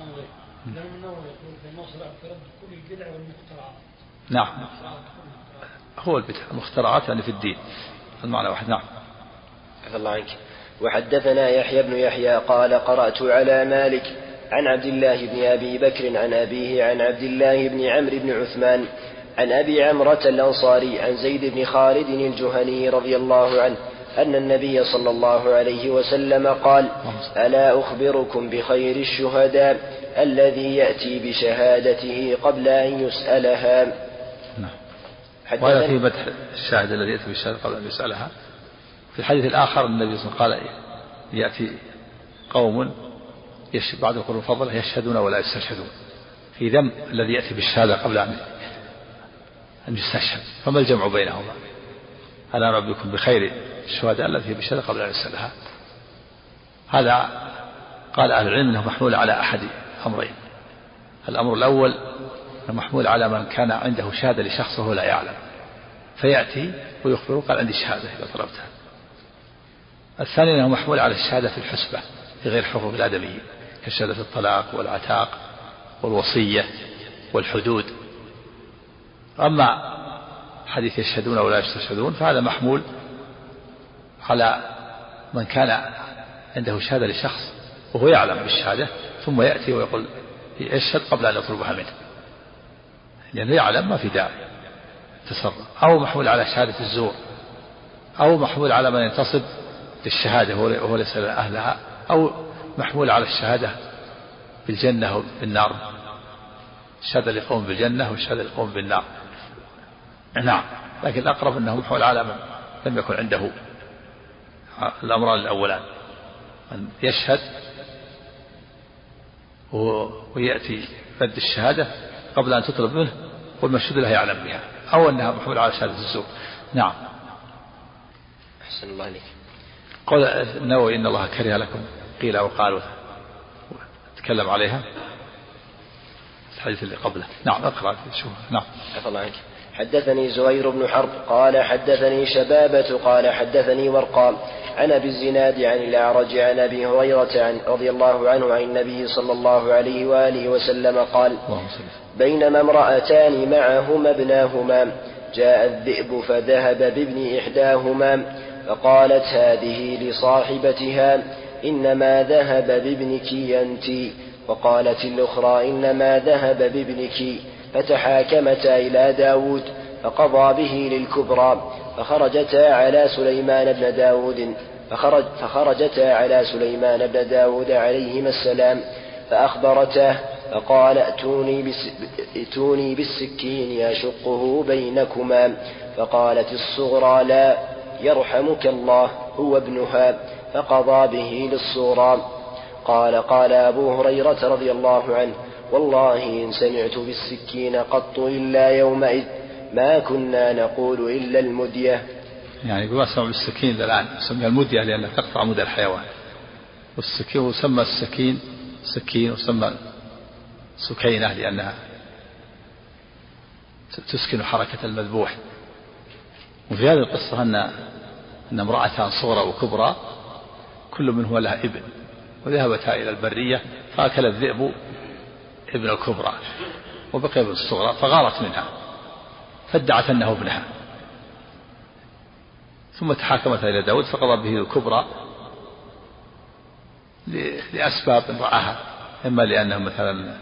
S2: نعم. هو البدع المخترعات يعني في الدين المعنى واحد. نعم.
S5: عفى الله عنك. وحدثنا يحيى بن يحيى قال قرأت على مالك عن عبد الله بن أبي بكر عن أبيه عن عبد الله بن عمرو بن عثمان عن أبي عمرة الأنصاري عن زيد بن خالد الجهني رضي الله عنه أن النبي صلى الله عليه وسلم قال ألا أخبركم بخير الشهداء الذي يأتي بشهادته قبل أن يسألها.
S2: وهذا في مدح الشاهد الذي يأتي بالشهادة قبل أن يسألها. في الحديث الآخر النبي صلى الله عليه وسلم قال يأتي قوم بعد القرون الفضل يشهدون ولا يستشهدون، في ذم الذي يأتي بالشهادة قبل أن يستشهد، فما الجمع بينهما؟ ألا ربكم بخير الشهداء الذي يأتي بالشهادة قبل أن يسألها. هذا قال أهل العلم أنه محمول على أحد أمرين. الأمر الأول محمول على من كان عنده شهادة لشخص وهو لا يعلم، فيأتي ويخبره قال عندي شهادة إذا طلبتها. الثاني أنه محمول على الشهادة في الحسبة في غير حقوق الآدميين كشهادة الطلاق والعتاق والوصية والحدود. أما حديث يشهدون ولا يستشهدون فهذا محمول على من كان عنده شهادة لشخص وهو يعلم بالشهادة ثم يأتي ويقول يشهد قبل أن يطلبها منه لأنه يعلم ما في داعي تصرف. أو محمول على شهادة الزور، أو محمول على من ينتصب للشهادة وهو ليس أهلها، أو محمول على الشهادة بالجنة وبالنار، الشهادة اللي يقوم بالجنة والشهادة اللي يقوم بالنار. نعم، لكن الأقرب أنه محمول على من لم يكن عنده الأمران الأولان، أن يشهد ويأتي رد الشهادة قبل أن تطلب منه والمشهود له يعلم بها، أو أنها محمول على شهادة الزور. نعم.
S5: أحسن الله عليك.
S2: قال النووي إن الله كره لكم قيل وقالوا، تكلم عليها الحديث اللي قبله. نعم اقرأ شوف. نعم.
S5: عفى الله عنك. حدثني زهير بن حرب قال حدثني شبابة قال حدثني ورقام عن أبي الزناد عن الأعرج عن أبي هريرة رضي الله عنه عن النبي صلى الله عليه وآله وسلم قال بينما امرأتان معهما ابناهما جاء الذئب فذهب بابن إحداهما فقالت هذه لصاحبتها إنما ذهب بابنك أنت، وقالت الأخرى إنما ذهب بابنك، فتحاكمتا إلى داود فقضى به للكبرى فخرجتا على سليمان بن داود عليهما السلام فأخبرته فقال ائتوني بالسكين يشقه بينكما، فقالت الصغرى لا يرحمك الله هو ابنها، فقضى به للصغرى. قال أبو هريرة رضي الله عنه والله إن سمعت بالسكين قط إلا يومئذ ما كنا نقول إلا المدية.
S2: يعني ما سمعوا بالسكين الآن سمي المدية لأنها تقطع مدى الحيوان، والسكين وسمى السكين سكين وسمى سكينة لأنها تسكن حركة المذبوح. وفي هذه القصة أن امرأتان صغرى وكبرى كل منهما لها ابن، وذهبتا إلى البرية فأكل الذئب ابن الكبرى وبقي ابن الصغرى فغارت منها فادعت أنه ابنها، ثم تحاكمت إلى داود فقضى به الكبرى لأسباب رعاها، إما لأنه مثلا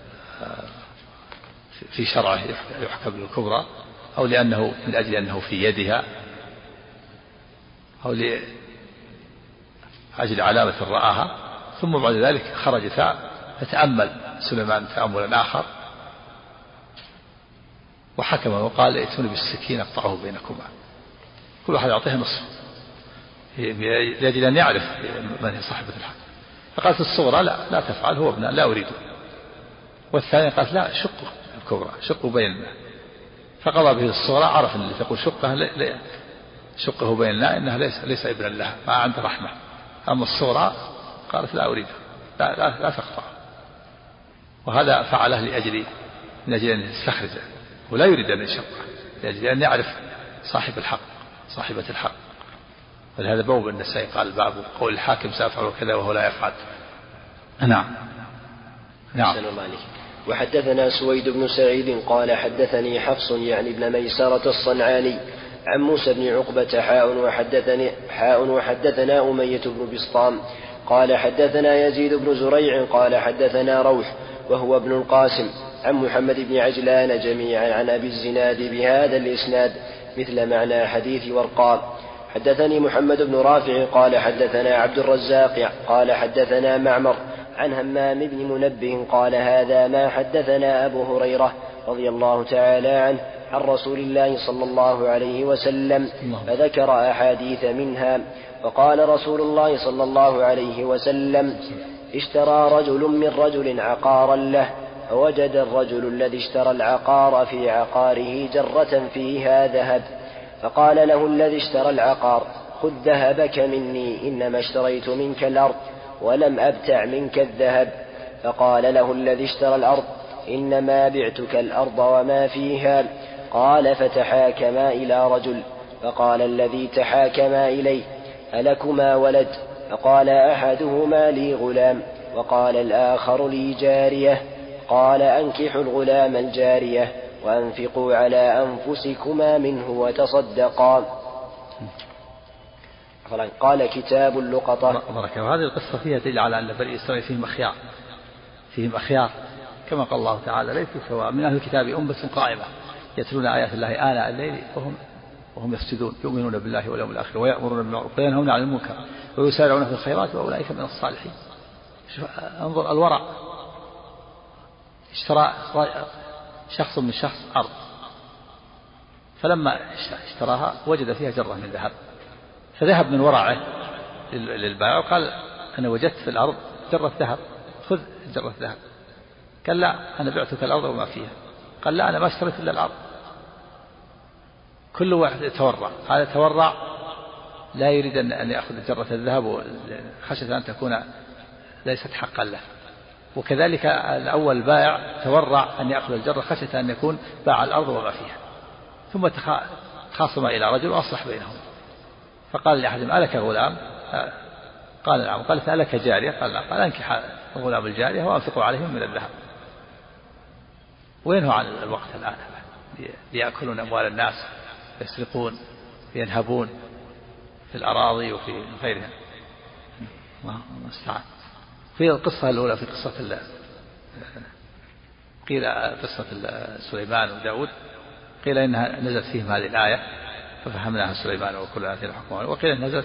S2: في شرعه يحكم بالكبرى، أو لأنه من أجل أنه في يدها، أو لأجل علامة رآها. ثم بعد ذلك خرجتا فتأمل سليمان تأملا آخر وحكم وقال ائتوني بالسكين اقطعه بينكما، كل واحد يعطيها نصف لأجل أن يعرف من هي صاحبة الحق. فقالت الصغرى لا تفعل هو ابنها لا أريده، والثانية قالت لا شقه الكبرى شقه بيننا، فقضى به الصغرى عرف اللي تقول شقه بيننا إنها ليس ابنا لها ما عنده رحمة. أما الصغرى قالت لا أريده لا تقطع، وهذا فعله من أجل أن يستخرجه ولا يريد أن يشقه، لأجل أن يعرف صاحب الحق صاحبة الحق. ولهذا بوب النسائي قال باب قول الحاكم سأفعل كذا وهو لا يفعل. نعم.
S5: وحدثنا سويد بن سعيد قال حدثني حفص يعني ابن ميسرة الصنعاني عن موسى بن عقبة وحدثنا أمية بن بسطام قال حدثنا يزيد بن زريع قال حدثنا روح وهو ابن القاسم عن محمد بن عجلان جميعا عن أبي الزناد بهذا الإسناد مثل معنى حديث ورقاء. حدثني محمد بن رافع قال حدثنا عبد الرزاق قال حدثنا معمر عن همام بن منبه قال هذا ما حدثنا أبو هريرة رضي الله تعالى عنه عن رسول الله صلى الله عليه وسلم، فذكر أحاديث منها. فقال رسول الله صلى الله عليه وسلم اشترى رجل من رجل عقارا له، فوجد الرجل الذي اشترى العقار في عقاره جرة فيها ذهب، فقال له الذي اشترى العقار خذ ذهبك مني إنما اشتريت منك الأرض ولم أبتع منك الذهب. فقال له الذي اشترى الأرض إنما بعتك الأرض وما فيها. قال فتحاكما إلى رجل، فقال الذي تحاكما إليه ألكما ولد؟ فقال أحدهما لي غلام، وقال الآخر لي جارية. قال أنكحوا الغلام الجارية وأنفقوا على أنفسكما منه وتصدقا. قال كتاب اللقطة.
S2: بركة. وهذه القصة فيها دليل على أن بني إسرائيل فيهم أخيار كما قال الله تعالى ليسوا سواء من أهل الكتاب أمة قائمة يتلون آيات الله آناء الليل وهم يسجدون يؤمنون بالله واليوم الآخر ويأمرون بالمعروف وينهون عن المنكر ويسارعون في الخيرات وأولئك من الصالحين. انظر الورع، اشترى شخص من شخص أرض، فلما اشتراها وجد فيها جرة من ذهب، فذهب من ورعه للبائع وقال أنا وجدت في الأرض جرة ذهب، خذ جرة ذهب. قال لا أنا بعتك الأرض وما فيها. قال لا أنا ما اشتريت إلا الأرض. كل واحد يتورع، هذا تورع لا يريد أن يأخذ جرة الذهب خشية أن تكون ليست حقا له، وكذلك الأول بائع تورع أن يأخذ الجرة خشية أن يكون باع الأرض وما فيها. ثم تخاصم إلى رجل وأصلح بينهم، فقال لأحدهم ألك غلام؟ قال نعم. قال فألك جارية؟ قال لا. قال أنكح غلام الجارية وأنفقوا عليهم من الذهب. وينهوا عن الوقت الآن ليأكلون أموال الناس، يسرقون، ينهبون في الأراضي وفي غيرها. الله المستعان. في القصة الأولى في قصة قيل قصة سليمان وداود قيل إنها نزلت فيهم هذه الآية ففهمناها سليمان وكل آتينا حكما، وقيل نزلت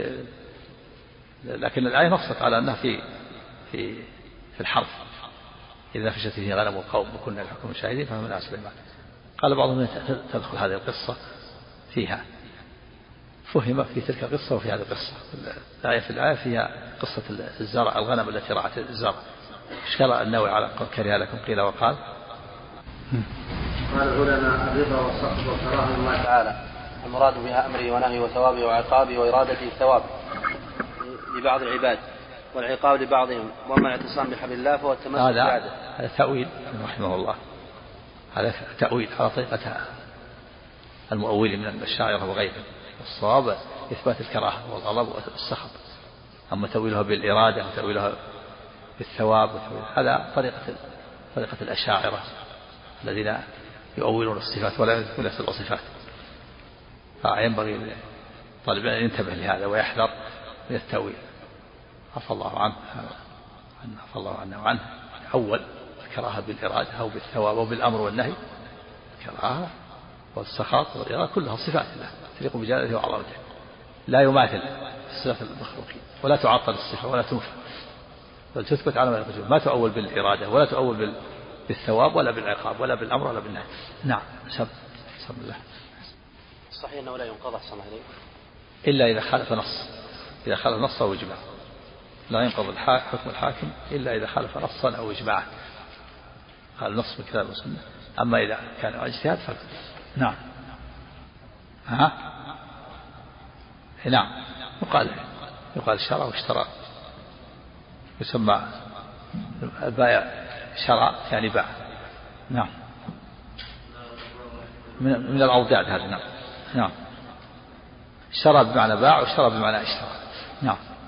S2: لكن الآية نصت على أنها في الحرث إذا فشت فيه غنم القوم وكنا لحكم شاهدين فهمناها سليمان. قال بعضهم تدخل هذه القصة فيها، فهم في تلك القصة وفي هذه القصة. الآية في الآية فيها قصة الزرع، الغنم التي رعت الزرع. اشكال النووي على كره لكم قيل وقال.
S1: قال العلماء الرضا والسخط والكراهة من الله تعالى المراد بها أمره ونهيه وثوابه وعقابه وإرادته الثواب لبعض العباد والعقاب لبعضهم، وأما الاعتصام بحبل الله فهو التمسك بعده.
S2: هذا تأويل رحمه الله، هذا تأويل على طريقة المؤولين من المشاعر وغيرهم. الصواب إثبات الكراهة والغضب والسخط، أما تأويلها بالإرادة وتأويلها بالثواب هذا طريقة الأشاعرة الذين يؤولون الصفات ولا يثبتون الصفات. فينبغي طالب أن ينتبه لهذا ويحذر من التأويل. عفى الله عنه عفى الله عنه وعنه. أول الكراهة بالإرادة أو بالثواب أو بالأمر والنهي، الكراهة والسخط والإرادة كلها صفات الله تليق بجلاله وعظمته، لا يماثل صفات المخلوقين، ولا تعطل الصفة ولا تنفى، بل تثبت على ما يقول. ما تؤول بالإرادة ولا تؤول بالثواب ولا بالعقاب ولا بالأمر ولا بالنهي. نعم. سم الله.
S1: صحيح أنه لا ينقض أحسن عليه
S2: إلا إذا خالف نص، إذا خالف نص أو إجماع. لا ينقض حكم الحاكم إلا إذا خالف نصا أو إجماعا، قال نص من كتاب والسنة. أما إذا كان اجتهاد فلا. نعم. نعم. يقال شرى واشترى، يسمى البائع شرى يعني باع. نعم. من الأوضاع هذا. نعم. شرى بمعنى باع واشترى بمعنى اشترى. نعم.